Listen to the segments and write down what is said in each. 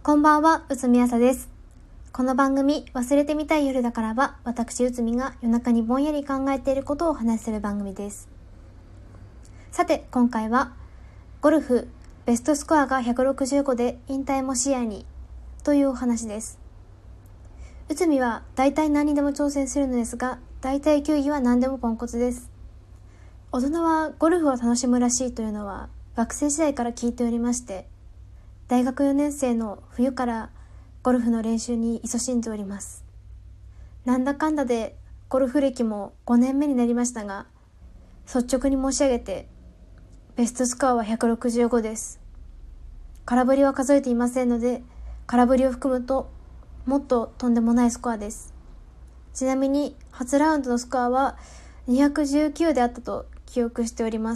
こんばんは、うつみあさです。この番組、忘れてみたい夜だからは、私うつみが夜中にぼんやり考えていることをお話しする番組です。さて、今回は、ゴルフ、ベストスコアが165で引退も視野に、というお話です。うつみは大体何にでも挑戦するのですが、大体球技は何でもポンコツです。大人はゴルフを楽しむらしいというのは、学生時代から聞いておりまして、大学4年生の冬からゴルフの練習に勤しんでおります。なんだかんだでゴルフ歴も5年目になりましたが、率直に申し上げてベストスコアは165です。空振りは数えていませんので、空振りを含むともっととんでもないスコアです。ちなみに初ラウンドのスコアは219であったと記憶しております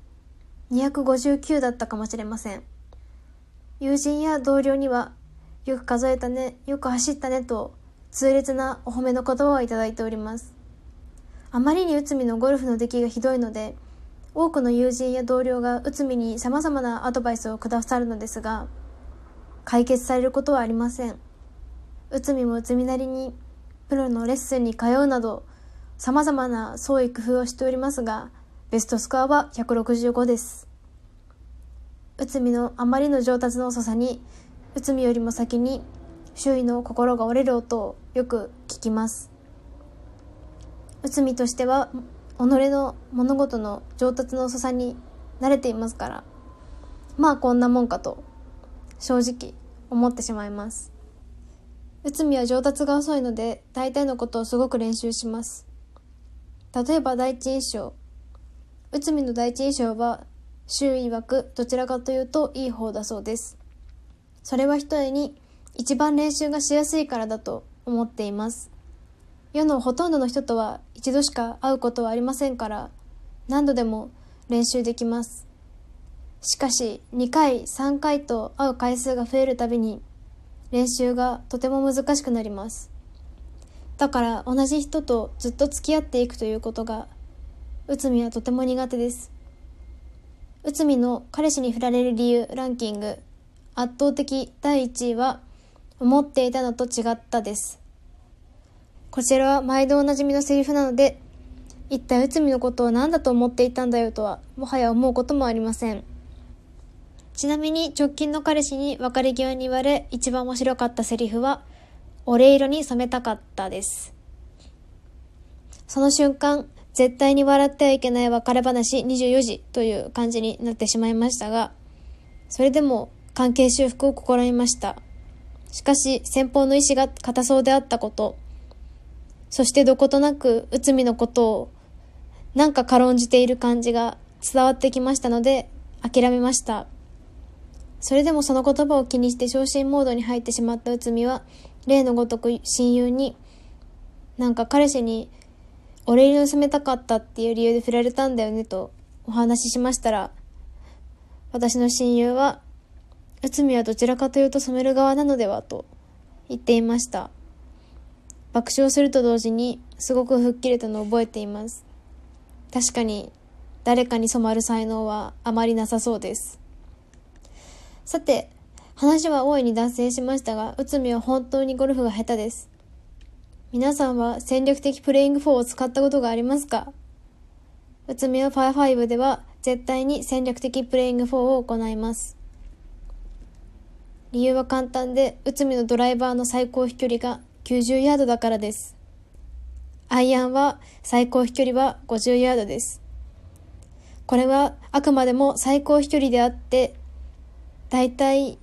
。259だったかもしれません。友人や同僚には、よく数えたね、よく走ったねと、痛烈なお褒めの言葉をいただいております。あまりに内海のゴルフの出来がひどいので、多くの友人や同僚が内海に様々なアドバイスをくださるのですが、解決されることはありません。内海も内海なりに、プロのレッスンに通うなど、様々な創意工夫をしておりますが、ベストスコアは165です。内海のあまりの上達の遅さに、内海よりも先に周囲の心が折れる音をよく聞きます。内海としては己の物事の上達の遅さに慣れていますから、まあこんなもんかと正直思ってしまいます。内海は上達が遅いので大体のことをすごく練習します。例えば第一印象、内海の第一印象は周囲曰くどちらかというといい方だそうです。それはひとえに一番練習がしやすいからだと思っています。世のほとんどの人とは一度しか会うことはありませんから、何度でも練習できます。しかし2回、3回と会う回数が増えるたびに練習がとても難しくなります。だから同じ人とずっと付き合っていくということが内海はとても苦手です。内海の彼氏に振られる理由ランキング、圧倒的第1位は思っていたのと違ったです。こちらは毎度おなじみのセリフなので、一体内海のことを何だと思っていたんだよとはもはや思うこともありません。ちなみに直近の彼氏に別れ際に言われ一番面白かったセリフは俺色に染めたかったです。その瞬間、絶対に笑ってはいけない別れ話24時という感じになってしまいましたが、それでも関係修復を試みました。しかし先方の意志が固そうであったこと、そしてどことなく内海のことをなんか軽んじている感じが伝わってきましたので諦めました。それでもその言葉を気にして昇進モードに入ってしまった内海は、例のごとく親友になんか彼氏に俺色に染めたかったっていう理由で振られたんだよねとお話ししましたら、私の親友は内海はどちらかというと染める側なのではと言っていました。爆笑すると同時にすごく吹っ切れたのを覚えています。確かに誰かに染まる才能はあまりなさそうです。さて、話は大いに脱線しましたが、内海は本当にゴルフが下手です。皆さんは戦略的プレイング4を使ったことがありますか？内海はパー5では絶対に戦略的プレイング4を行います。理由は簡単で、内海のドライバーの最高飛距離が90ヤードだからです。アイアンは最高飛距離は50ヤードです。これはあくまでも最高飛距離であって、だいたい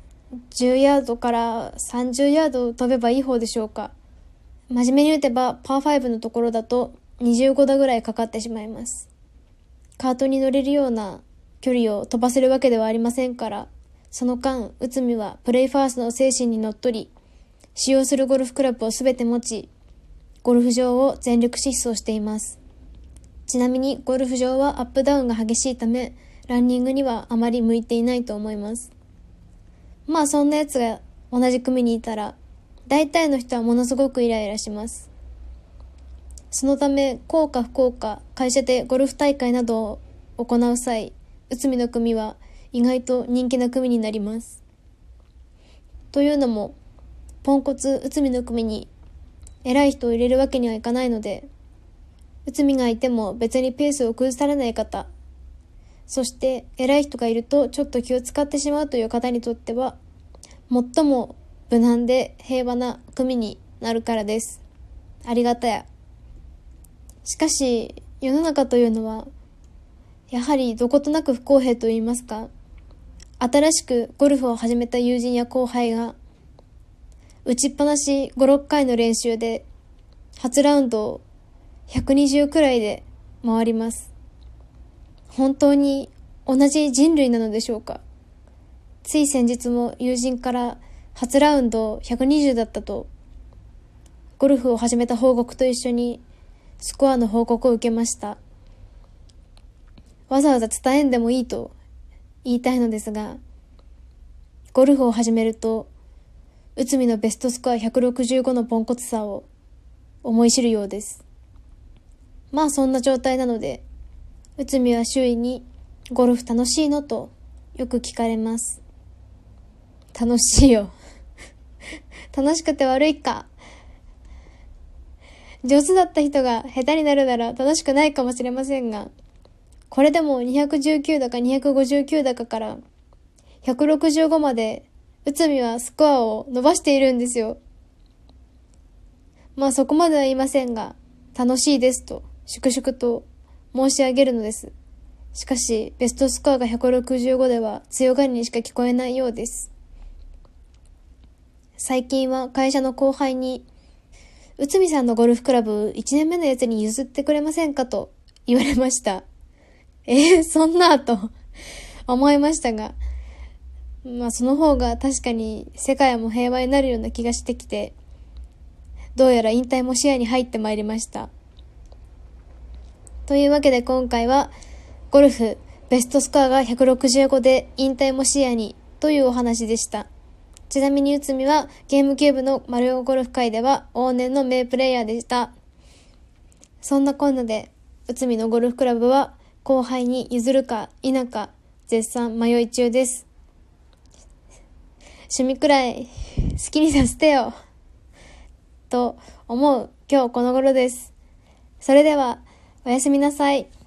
10ヤードから30ヤード飛べばいい方でしょうか。真面目に打てばパー5のところだと25打ぐらいかかってしまいます。カートに乗れるような距離を飛ばせるわけではありませんから、その間、内海はプレイファーストの精神にのっとり、使用するゴルフクラブをすべて持ち、ゴルフ場を全力疾走しています。ちなみにゴルフ場はアップダウンが激しいため、ランニングにはあまり向いていないと思います。まあそんなやつが同じ組にいたら、大体の人はものすごくイライラします。そのため、幸か不幸か会社でゴルフ大会などを行う際、内海の組は意外と人気な組になります。 というのも、ポンコツ内海の組に偉い人を入れるわけにはいかないので、内海がいても別にペースを崩されない方、そして偉い人がいるとちょっと気を使ってしまうという方にとっては、最も無難で平和な組になるからです。ありがたや。しかし、世の中というのは、やはりどことなく不公平と言いますか、新しくゴルフを始めた友人や後輩が、打ちっぱなし5、6回の練習で、初ラウンドを120くらいで回ります。本当に同じ人類なのでしょうか。つい先日も友人から初ラウンド120だったと、ゴルフを始めた報告と一緒にスコアの報告を受けました。わざわざ伝えんでもいいと言いたいのですが、ゴルフを始めると、内海のベストスコア165のポンコツさを思い知るようです。まあそんな状態なので、内海は周囲にゴルフ楽しいのとよく聞かれます。楽しいよ。楽しくて悪いか。上手だった人が下手になるなら楽しくないかもしれませんが、これでも219だか259だかから165まで内海はスコアを伸ばしているんですよ。まあそこまでは言いませんが、楽しいですと粛々と申し上げるのです。しかしベストスコアが165では強がりにしか聞こえないようです。最近は会社の後輩に、内海さんのゴルフクラブ1年目のやつに譲ってくれませんかと言われました。そんなと思いましたが、まあその方が確かに世界も平和になるような気がしてきて、どうやら引退も視野に入ってまいりました。というわけで今回はゴルフベストスコアが165で引退も視野にというお話でした。ちなみに内海はゲームキューブの丸尾ゴルフ会では往年の名プレイヤーでした。そんなこんなで内海のゴルフクラブは後輩に譲るか否か絶賛迷い中です。趣味くらい好きにさせてよと思う今日この頃です。それではおやすみなさい。